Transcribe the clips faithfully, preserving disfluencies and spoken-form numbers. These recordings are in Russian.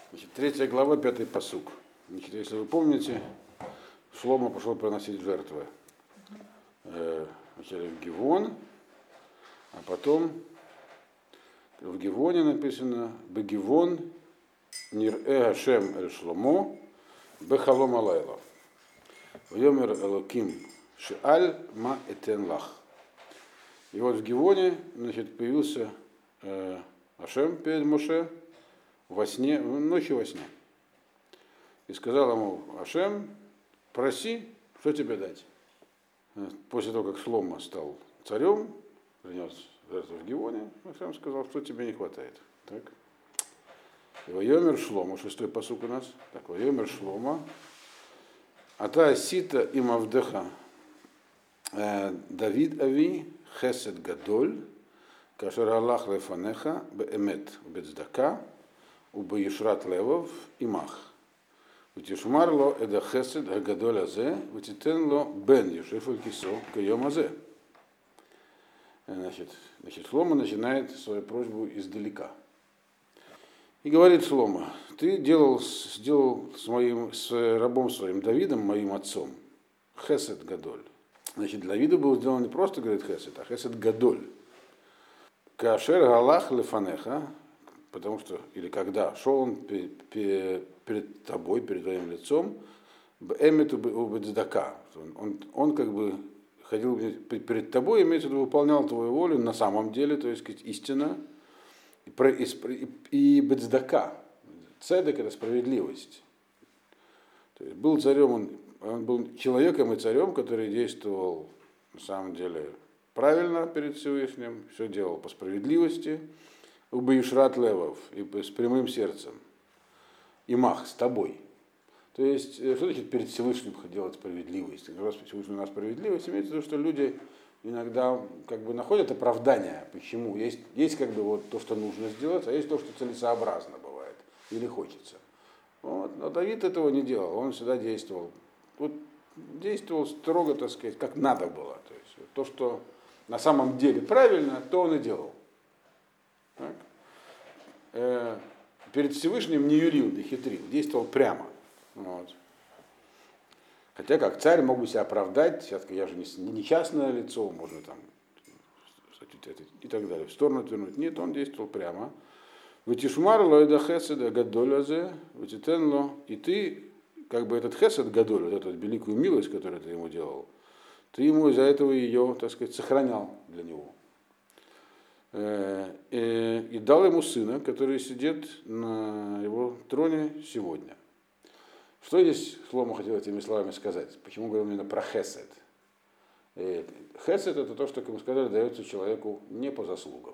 Значит, третья глава, пятый пасук. Значит, если вы помните, Шломо пошел приносить жертвы. Э, вначале в Гивон, а потом в Гивоне написано Бегивон Нир-э Ашем эль Шломо Бехалом алайла. Вьомер элоким шиаль ма этен лах. И вот в Гивоне, значит, появился э, Ашем перед Моше во сне, ночью во сне. И сказал ему: Ашем, проси, что тебе дать. После того, как Шломо стал царем, принес жертву в Гивоне, Ашем сказал, что тебе не хватает. Так. И Вайомер Шломо, шестой пасук у нас. Так, Вайомер Шломо. Ата сита им авдеха Давид ави хесед гадоль, кашер Аллах лефанеха беэмет бецдака убеишрат левов имах. ותשמר לו את החסד הגדול הזה, ותיתן לו בן יושב על כיסו כיום הזה. Значит, значит, Шломо начинает свою просьбу издалека. И говорит Шломо: ты делал, сделал с, моим, с рабом своим Давидом, моим отцом, хесед гадоль. Значит, Давиду был сделан не просто, говорит, хесед, а хесед гадоль. Кашер галах лефанеха, потому что, или когда шел он перед тобой, перед твоим лицом, эмету бецдака, он, он как бы ходил перед тобой, имеется в виду, выполнял твою волю на самом деле, то есть истина, и, и бецдака. Цедек — это справедливость. То есть был царем, он, он был человеком и царем, который действовал на самом деле правильно перед Всевышним, все делал по справедливости, убеишрат левов, и с прямым сердцем. И мах, с тобой. То есть, что значит перед Всевышним делать справедливость? Когда раз Всевышний у нас справедливость, имеется в виду, что люди иногда как бы находят оправдание, почему. Есть, есть как бы вот то, что нужно сделать, а есть то, что целесообразно бывает, или хочется. Вот. Но Давид этого не делал, он всегда действовал. Вот, действовал строго, так сказать, как надо было. То есть, вот, то, что на самом деле правильно, то он и делал. Так? Э, перед Всевышним не юлил, не хитрил, действовал прямо. Вот. Хотя как царь мог бы себя оправдать, сейчас я же не, не частное лицо, можно там и так далее, в сторону отвернуть. Нет, он действовал прямо. Вытишмар лоэда хеседа гадолязе, вытитенло, и ты, как бы этот хесед гадоль, вот эту великую милость, которую ты ему делал, ты ему из-за этого ее, так сказать, сохранял для него. И, и дал ему сына, который сидит на его троне сегодня. Что здесь Шломо хотел этими словами сказать? Почему говорим именно про хесед? И хесед — это то, что, как мы сказали, дается человеку не по заслугам.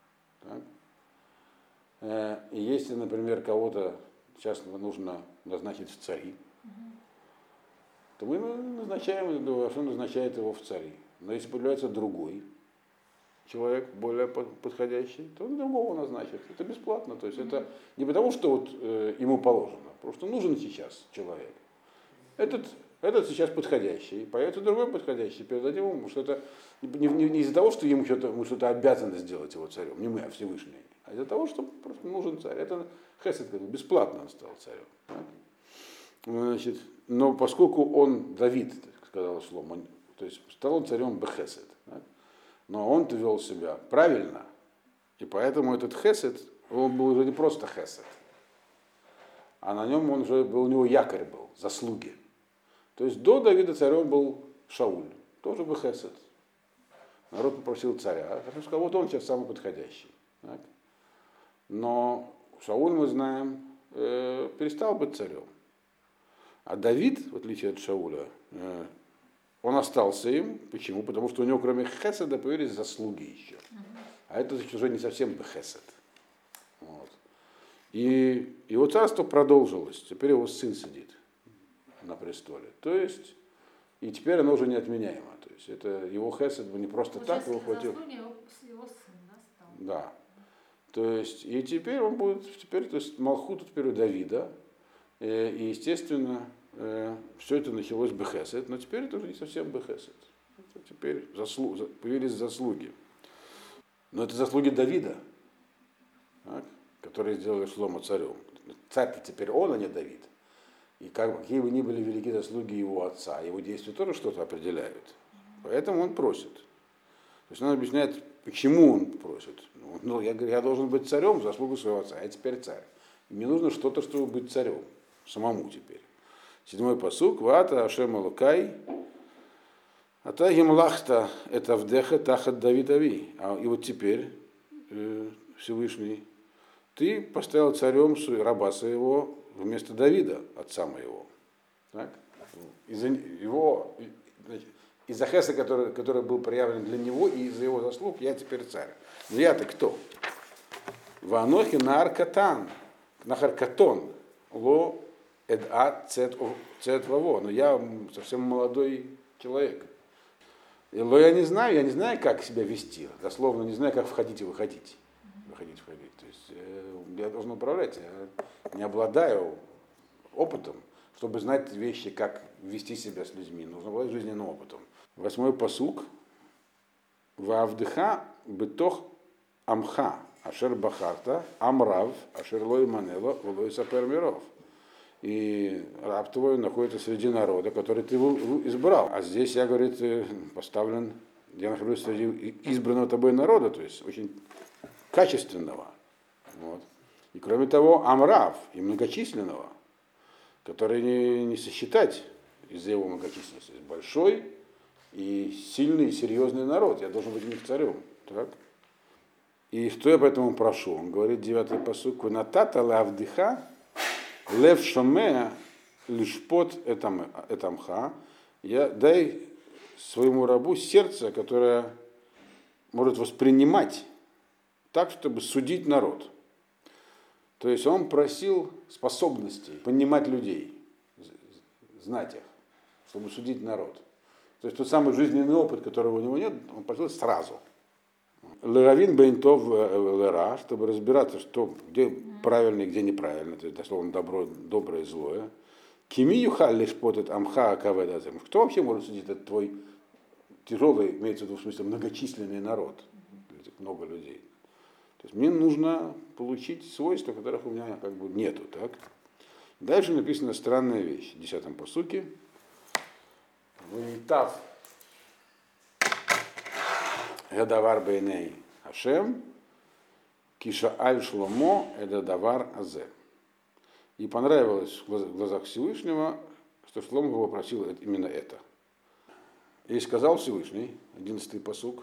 Так? И если, например, кого-то сейчас нужно назначить в цари, то мы назначаем, что назначает его в цари. Но если появляется другой человек, более подходящий, то он другого назначит. Это бесплатно. То есть mm-hmm. это не потому, что вот, э, ему положено, просто нужен сейчас человек. Этот, этот сейчас подходящий, появится другой подходящий, передадим ему, что это не, не, не из-за того, что ему что-то, ему что-то обязано сделать его царем, не мы, а Всевышний, а из-за того, что просто нужен царь. Это хесед, бесплатно он стал царем. Так? Значит, но поскольку он, Давид, так сказал Шломо, то есть стал он царем бехесед. Так? Но он-то вел себя правильно, и поэтому этот хесед, он был уже не просто хесед, а на нем он уже был, у него якорь был, заслуги. То есть до Давида царем был Шауль, тоже бы хесед. Народ попросил царя, а сказал, вот он сейчас самый подходящий. Так? Но Шауль, мы знаем, э, перестал быть царем. А Давид, в отличие от Шауля, э, он остался им. Почему? Потому что у него кроме хеседа появились заслуги еще. А это уже не совсем бы хесед. Вот. И его царство продолжилось. Теперь его сын сидит на престоле. То есть, и теперь оно уже неотменяемо. То есть это его хесед бы не просто так его хватил. Его, его сын, да, стал. Да. То есть, и теперь он будет, теперь, то есть Малхут теперь у Давида. И, естественно, все это началось бехесед, но теперь это уже не совсем бехесед. Это теперь заслу... появились заслуги. Но это заслуги Давида, так, которые сделали Шломо царем. царь-то теперь он, а не Давид. И как, какие бы ни были велики заслуги его отца, его действия тоже что-то определяют. Поэтому он просит. То есть он объясняет, почему он просит. Ну, я говорю, я должен быть царем в заслугу своего отца, я теперь царь. И мне нужно что-то, чтобы быть царем, самому теперь. Седьмой пасук, вата Ашем Элокай, ата гимлахта это вдеха тахат Давидави. А и вот теперь э, Всевышний, ты поставил царем раба своего вместо Давида, отца моего. Так? Из-за его, из-за хеса, который, который был проявлен для него, и из-за его заслуг я теперь царь. Но я-то кто? Ванохи наркатан, нахаркатон, ло эдат цет ваво. Но я совсем молодой человек. Но я не знаю, я не знаю, как себя вести. Дословно не знаю, как входить и выходить. Выходить, входить. То есть э, я должен управлять. Я не обладаю опытом, чтобы знать вещи, как вести себя с людьми. Нужно обладать жизненным опытом. Восьмой пасук. Ваавдыха бытох амха ашер бахарта амрав ашер лой манело влой сапер миров. И раб твой находится среди народа, который ты избрал. А здесь я, говорит, поставлен, я нахожусь среди избранного тобой народа, то есть очень качественного. Вот. И кроме того, амрав, и многочисленного, который не, не сосчитать из-за его многочисленности. Большой и сильный, и серьезный народ. Я должен быть у них царем. Так? И что я поэтому прошу? Он говорит, девятый пасук, «Натата лавдыха лев шомеа лишпот этамха». Я дай своему рабу сердце, которое может воспринимать так, чтобы судить народ. То есть он просил способностей понимать людей, знать их, чтобы судить народ. То есть тот самый жизненный опыт, которого у него нет, он просил сразу. Леравин бейнтов лера, чтобы разбираться, что, где правильно и где неправильно, то есть дословно добро, доброе и злое. Кими юхаль лишь потет амха акаведазем. Кто вообще может судить этот твой тяжелый, имеется в виду в смысле многочисленный народ, много людей. То есть мне нужно получить свойства, которых у меня как бы нету. Так? Дальше написана странная вещь в десятом пасуке. Ваитав гадавар бейней Ашем, киша аль шломо эдадавар азе. И понравилось в глазах Всевышнего, что Шломо его просил именно это. И сказал Всевышний, одиннадцатый пасук,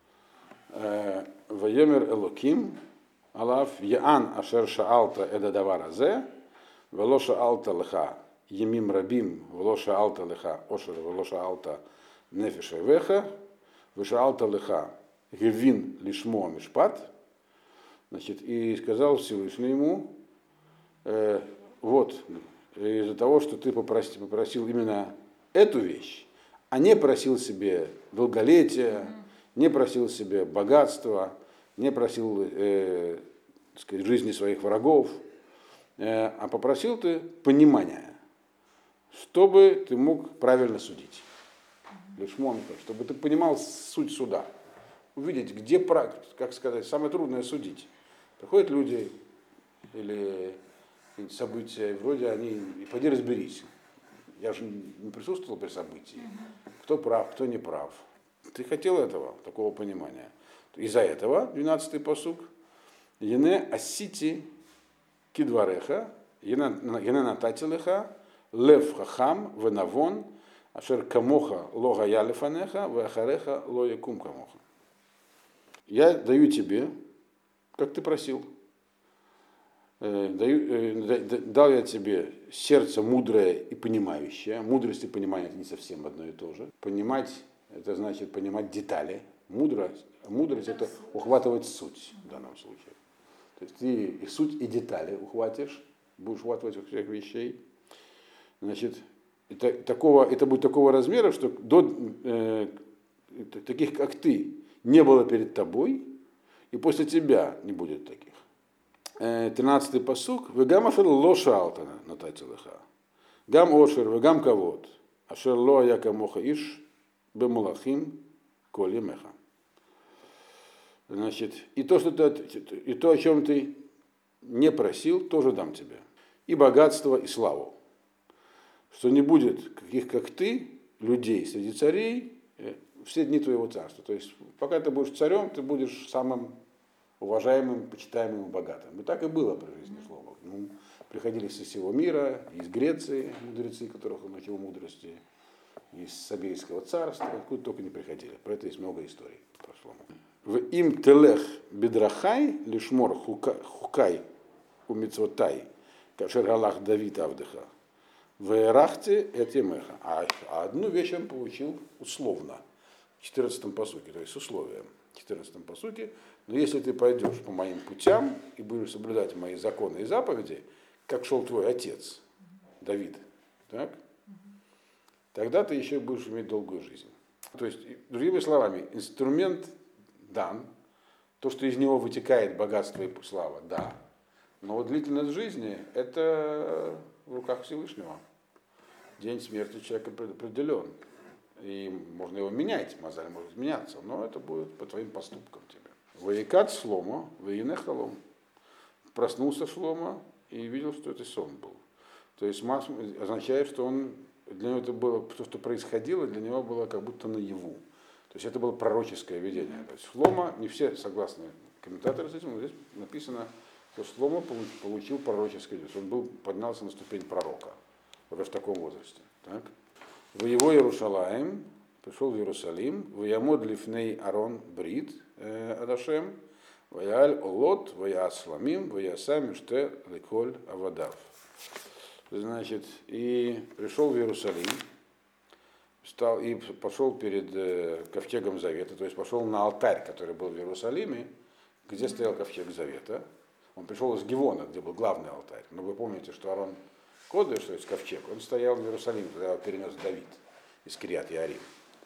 Ваемер Элоким, Алав, Яан Ашер Шаалта Эдадавар Азе, Велоша Алта Леха, Емим Рабим, Велоша Алта Леха, Ошер Велоша Алта Нефиша Веха, Веша Алта Леха, Гевин Лишмо Мишпат. Значит, и сказал Всевышний ему, э, вот, из-за того, что ты попросил, попросил именно эту вещь, а не просил себе долголетия, не просил себе богатства, не просил э, так сказать, жизни своих врагов, э, а попросил ты понимания, чтобы ты мог правильно судить. Лишмонка, чтобы ты понимал суть суда. Увидеть, где, как сказать, самое трудное судить. Приходят люди или события, вроде они, пойди разберись. Я же не присутствовал при событии. Кто прав, кто не прав. Ты хотел этого, такого понимания. Из-за этого, двенадцатый пасук, Ене асити кидвареха, ене нататилеха, лев хахам, венавон, ашер камоха лога ялифанеха, вахареха лоякум камоха. Я даю тебе, как ты просил, даю, дал я тебе сердце мудрое и понимающее. Мудрость и понимание — это не совсем одно и то же. Понимать — это значит понимать детали. Мудрость, мудрость — это ухватывать суть в данном случае. То есть ты и суть, и детали ухватишь, будешь ухватывать у всех вещей. Значит, это, такого, это будет такого размера, что до э, таких, как ты, не было перед тобой, и после тебя не будет таких. Тринадцатый пасук. Вегам ашер ло шаалтана нататилеха. Гам ошер, вегам кавод. Ашер ло яка моха иш бемулахим коли меха. Значит, и то, что ты, и то, о чем ты не просил, тоже дам тебе. и богатство, и славу. Что не будет каких, как ты, людей среди царей все дни твоего царства. То есть, пока ты будешь царем, ты будешь самым уважаемым, почитаемым и богатым. И так и было при жизни Шломо. Ну, приходили со всего мира, из Греции мудрецы, которых он учил мудрости, из Сабейского царства, откуда только не приходили. Про это есть много историй про Шломо. В им телех бедрахай лишмор хукай у мицвотай, кашер галах Давид Авдыха. В Эрахте этимеха. А одну вещь он получил условно. В четырнадцатом пасуке, то есть с условием. В четырнадцатом пасуке. Но если ты пойдешь по моим путям и будешь соблюдать мои законы и заповеди, как шел твой отец, Давид, так, тогда ты еще будешь иметь долгую жизнь. То есть, другими словами, инструмент дан, то, что из него вытекает богатство и слава, да. Но вот длительность жизни – это в руках Всевышнего. День смерти человека предопределен. И можно его менять, мозаль может меняться, но это будет по твоим поступкам тебе. Воекат Шломо, военех халом. Проснулся Шломо и видел, что это сон был. То есть означает, что он, для него это было, то, что происходило, для него было как будто наяву. То есть это было пророческое видение. То есть Шломо, не все согласны комментаторы с этим, но здесь написано, что Шломо получил пророческое видение. Он был, поднялся на ступень пророка, уже в таком возрасте. Так? В его Иерушалаим, пришел в Иерусалим, в Ямод лифней Арон Брит Адашем, в Яаль Олот, в Яасламим, в Ясами Ште Леколь Авадав. Значит, и пришел в Иерусалим, встал и пошел перед э, ковчегом Завета, то есть пошел на алтарь, который был в Иерусалиме, где стоял ковчег Завета. Он пришел из Гивона, где был главный алтарь. Но вы помните, что Арон Кодыш, то есть ковчег, он стоял в Иерусалиме, когда его перенес Давид из Кирьят-Яарим.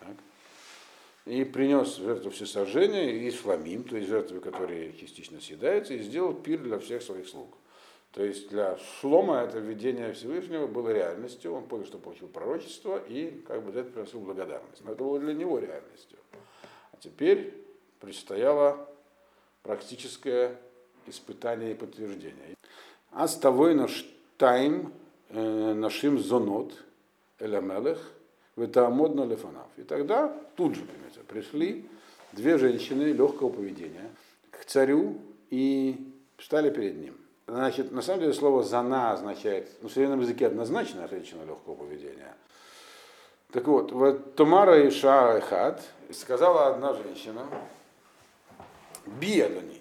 И принес жертву всесожжения и шламим, то есть жертвы, которые частично съедаются, и сделал пир для всех своих слуг. То есть для Шлома это видение Всевышнего было реальностью, он понял, что получил пророчество, и как бы за это приносил благодарность. Но это было для него реальностью. А теперь предстояло практическое испытание и подтверждение. Аставой наш тайм нашим зонот элямелех витаамодна лефанав. И тогда тут же, понимаете, пришли две женщины легкого поведения к царю и встали перед ним. Значит, на самом деле слово «зана» означает, ну, в современном языке однозначно женщина легкого поведения. Так вот, вот Томара Иша Эхад сказала одна женщина, «Би адони».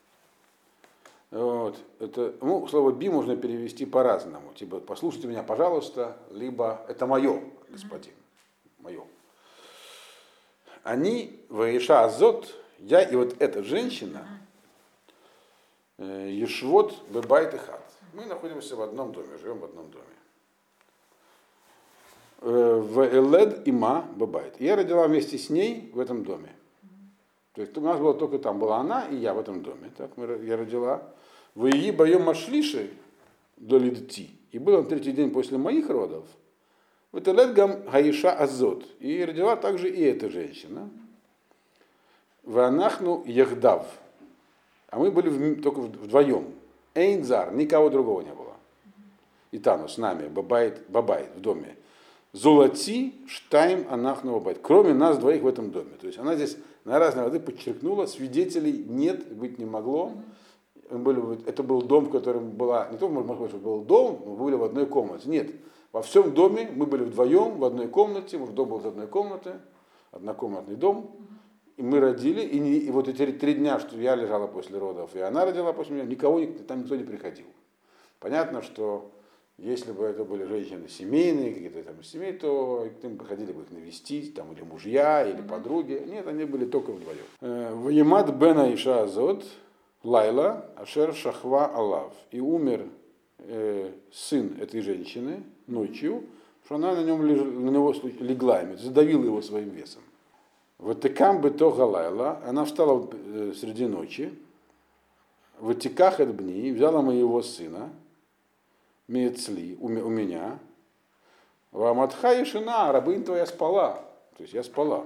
Вот, это, ну, слово «би» можно перевести по-разному. Типа «послушайте меня, пожалуйста», либо «это мое, господин, мое». Они, Ваиша Азот, я и вот эта женщина, Ешвот Бебайт и Хат. Мы находимся в одном доме, живем в одном доме. В Элед Има Бебайт. Я родила вместе с ней в этом доме. То есть у нас было только там была она и я в этом доме. Так я родила. В Ии Боем Машлиши до Лидти. И был он третий день после моих родов. В Элед Гам Гаиша Азот. И родила также и эта женщина. В Анахну Яхдав. А мы были в, только вдвоем. Эйнзар, никого другого не было. И там с нами, бабайт, бабайт в доме. Золоти, штайм, анахну бабайт. Кроме нас двоих в этом доме. То есть она здесь на разные воды подчеркнула, свидетелей нет, быть не могло. Мы были, это был дом, в котором была, не то, может быть, что был дом, мы были в одной комнате. Нет, во всем доме мы были вдвоем в одной комнате, муж дом был из одной комнаты, однокомнатный дом. И мы родили, и, не, и вот эти три дня, что я лежала после родов, и она родила после меня, никого, там никто не приходил. Понятно, что если бы это были женщины семейные, какие-то там семьи, то им приходили бы их навестить, там, или мужья, или подруги. Нет, они были только вдвоем. Ваемат бена Иша Азот, Лайла, Ашер Шахва Алав. И умер э, сын этой женщины ночью, что она на, нем леж, на него легла, задавила его своим весом. Ватикам бы то галайла, она встала среди ночи, в Атиках от бни, взяла моего сына, Мецли, у меня, в Амадха и Шина, рабынь твоя спала, то есть я спала,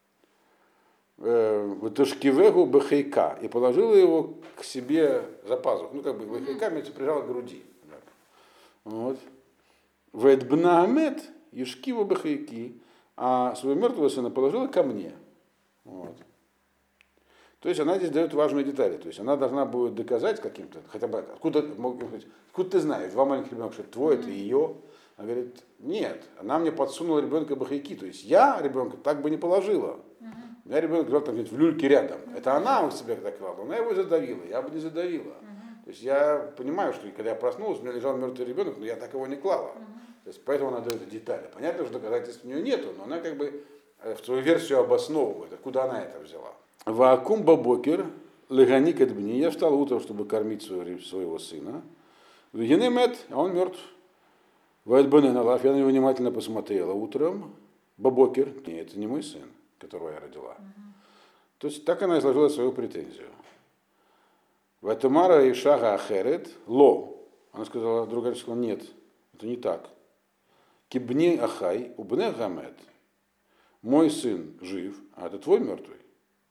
в Ташкивегу Бехейка, и положила его к себе за пазуху, ну как бы Бехейка меня прижала к груди. Вот. Ведбнаамет Ешкива Бахайки, а своего мертвого сына положила ко мне. Вот. То есть она здесь дает важные детали. То есть она должна будет доказать каким-то, хотя бы, откуда, откуда ты знаешь, два маленьких ребенка, что это твой, это ее. Она говорит, нет, она мне подсунула ребенка Бахайки. То есть я ребенка так бы не положила. У меня ребенок лежал там где-то в люльке рядом. Это она у себя так клала, она его задавила, я бы не задавила. То есть я понимаю, что когда я проснулась, у меня лежал мертвый ребенок, но я так его не клала. То есть поэтому она дает детали. Понятно, что доказательств у нее нету, но она как бы в свою версию обосновывает, откуда она это взяла. Ваакум бабокер, леганик эдбни, я встал утром, чтобы кормить своего, своего сына. Вегенемет, а он мертв. Ваэдбанен алаф, я на него внимательно посмотрела утром. Бабокер, нет, это не мой сын, которого я родила. То есть так она изложила свою претензию. Ватумара и шага ахерет, ло. Она сказала, другая сказала, нет, это не так. Кибни ахай, убне гамет. Мой сын жив, а это твой мертвый.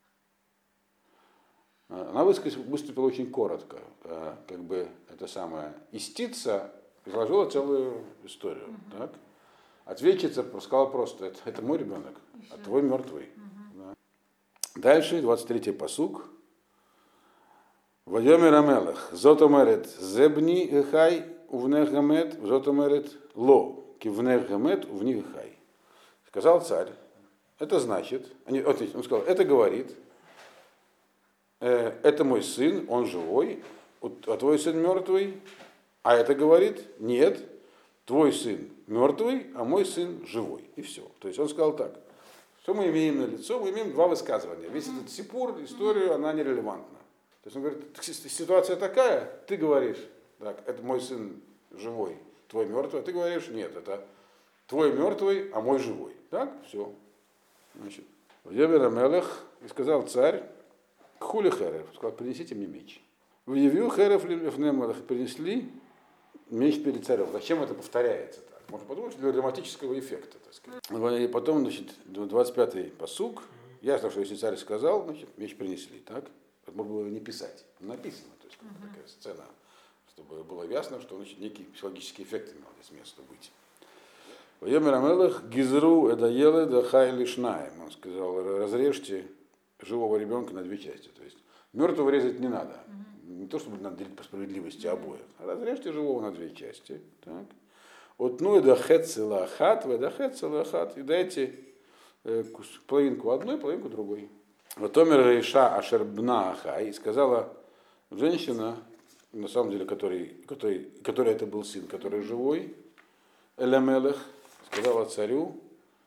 Она выступила очень коротко, как бы это самое. Истица изложила целую историю. Uh-huh. Так? Ответчица сказала просто, это, это мой ребенок, Еще. а твой мертвый. Uh-huh. Да. Дальше, двадцать третий пасук. Вайомер амелах, зотомерет зебни хай увнех гамет, зотомерет ло, кивнех гамет увних хай. Сказал царь, это значит, он сказал, это говорит, это мой сын, он живой, а твой сын мертвый, а это говорит, нет, твой сын мертвый, а мой сын живой. И все. То есть он сказал так, что мы имеем на лицо, мы имеем два высказывания. Весь этот сипур, историю, она нерелевантна. То есть он говорит, ситуация такая, ты говоришь, так, это мой сын живой, твой мертвый, а ты говоришь, нет, это твой мертвый, а мой живой. Так, все. Значит, Вайомер амелех, и сказал царь, хули херев, сказал, принесите мне меч. В Евью херев лифнемелех принесли меч перед царем. Зачем это повторяется так? Можно подумать, что для драматического эффекта, так сказать. И потом, значит, двадцать пятый пасук. Ясно, что если царь сказал, значит, меч принесли, так? Это можно было не писать. Написано, то есть uh-huh. такая сцена, чтобы было ясно, что значит, некий психологический эффект имел здесь место быть. Вайомер амелех гизру эдаеле дахай лишнаем. Он сказал, разрежьте живого ребенка на две части. То есть мертвого резать не надо. Uh-huh. Не то, чтобы надо делить по справедливости uh-huh. обоих. А разрежьте живого на две части. Так. Вот ну и дахет целахат, вы дахет целахат. И дайте э, половинку одной, половинку другой. Вот Омер Рейша Ашербна Ахай, и сказала женщина, на самом деле, который, который, который это был сын, который живой, Элемелех, сказала царю,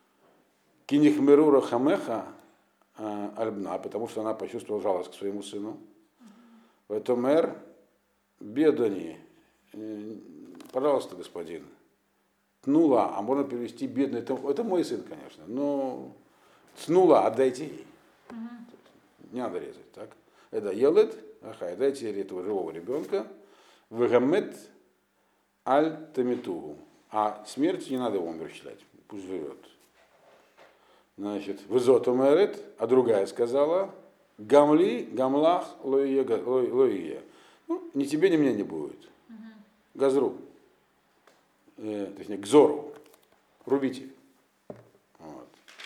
Кинихмерура Хамеха Альбна, потому что она почувствовала жалость к своему сыну. В этом мэр бедани, пожалуйста, господин, тнула, а можно перевести бедный, это, это мой сын, конечно, но тнула, отдайте ей. Не надо резать, так? Это елет, ахай, дайте ей этого живого ребенка, вегамет аль тамитугу, а смерть не надо его умерщвлять, пусть живет. Значит, вызотомерет, а другая сказала, гамли, гамлах, лоие. Ну, ни тебе, ни мне не будет. Газру, э, точнее, гзору, рубите. Вот.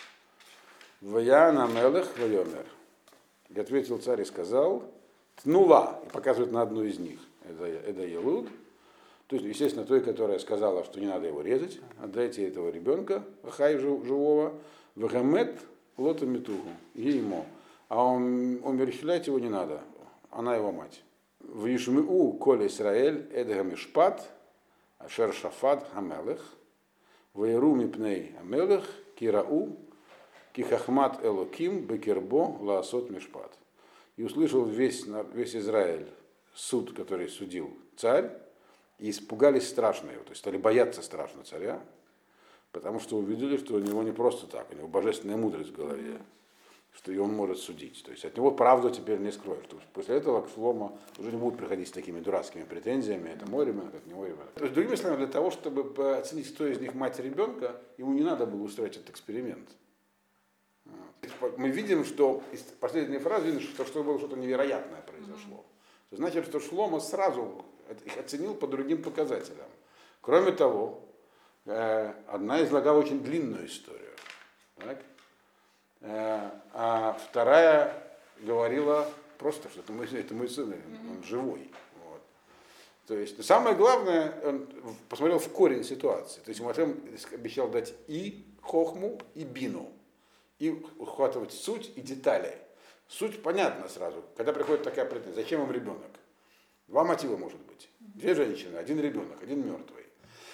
Ваяна мелех вайомер. И ответил царь и сказал, тнула, и показывает на одну из них, это, это Елуд, то есть, естественно, той, которая сказала, что не надо его резать, отдайте этого ребенка, хай живого, вагамет лота метугу, ему, а он, умерщвлять его не надо, она его мать. В Ишмиу коль Исраэль эдга мишпат, ашер шафат хамелех, ваеру мипней хамелех, кирау, Кихахмат Элоким Бекербо Лаасот Мишпат. И услышал весь, весь Израиль суд, который судил царь, и испугались страшно его, то есть стали бояться страшно царя, потому что увидели, что у него не просто так, у него божественная мудрость в голове, что и он может судить. То есть от него правду теперь не скроешь. После этого к Шломо уже не будут приходить с такими дурацкими претензиями, это мой ребенок, это не мой ребенок. То есть, другими словами, для того, чтобы оценить, кто из них мать ребенка, ему не надо было устроить этот эксперимент. Мы видим, что из последней фразы видно, что, что было что-то невероятное произошло. Mm-hmm. Значит, что Шломо сразу их оценил по другим показателям. Кроме того, э, одна излагала очень длинную историю. Так? Э, а вторая говорила просто, что это мой, это мой сын, он живой. Вот. То есть самое главное, он посмотрел в корень ситуации. То есть Машем обещал дать и хохму, и бину. И ухватывать суть и детали. Суть понятна сразу. Когда приходит такая претензия, зачем им ребенок? Два мотива может быть. Две женщины, один ребенок, один мертвый.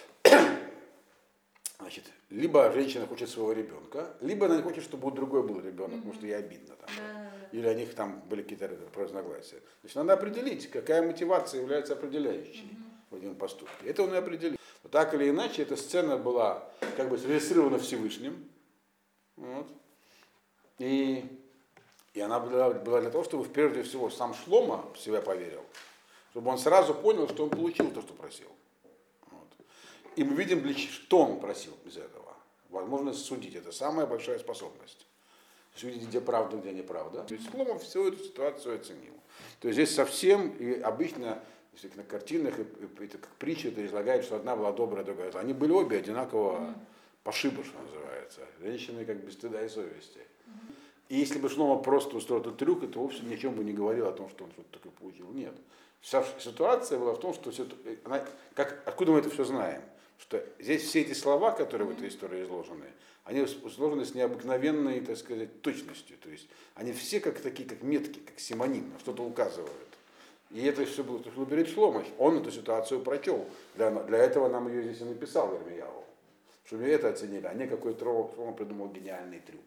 Значит, либо женщина хочет своего ребенка, либо она не хочет, чтобы у другой был ребенок, потому что ей обидно. Там, да. Или у них там были какие-то разногласия. Значит, надо определить, какая мотивация является определяющей в этом поступке. Это он и определил. Но так или иначе, эта сцена была как бы срежиссирована Всевышним. Вот. И, и она была, была для того, чтобы прежде всего сам Шломо в себя поверил, чтобы он сразу понял, что он получил то, что просил. Вот. И мы видим, что он просил без этого. Возможность судить. Это самая большая способность. Судить, где правда, где неправда. То есть Шломо всю эту ситуацию оценил. То есть здесь совсем, и обычно на картинах, и, и, и как притча это излагает, что одна была добрая, другая злая. Они были обе одинаково mm-hmm. пошиба, что называется. Женщины как без стыда и совести. Mm-hmm. И если бы Шломо просто устроил этот трюк, это вовсе ни о чем бы не говорил о том, что он что-то такое получил. Нет. Вся ситуация была в том, что все, она, как, откуда мы это все знаем? Что здесь все эти слова, которые в этой истории изложены, они изложены с необыкновенной, так сказать, точностью. То есть они все как такие, как метки, как симоним, что-то указывают. И это все было, что берет Шломо. Он эту ситуацию прочел. Для, для этого нам ее здесь и написал Ирмияу. Чтобы это оценили, а не какой-то Шломо придумал гениальный трюк.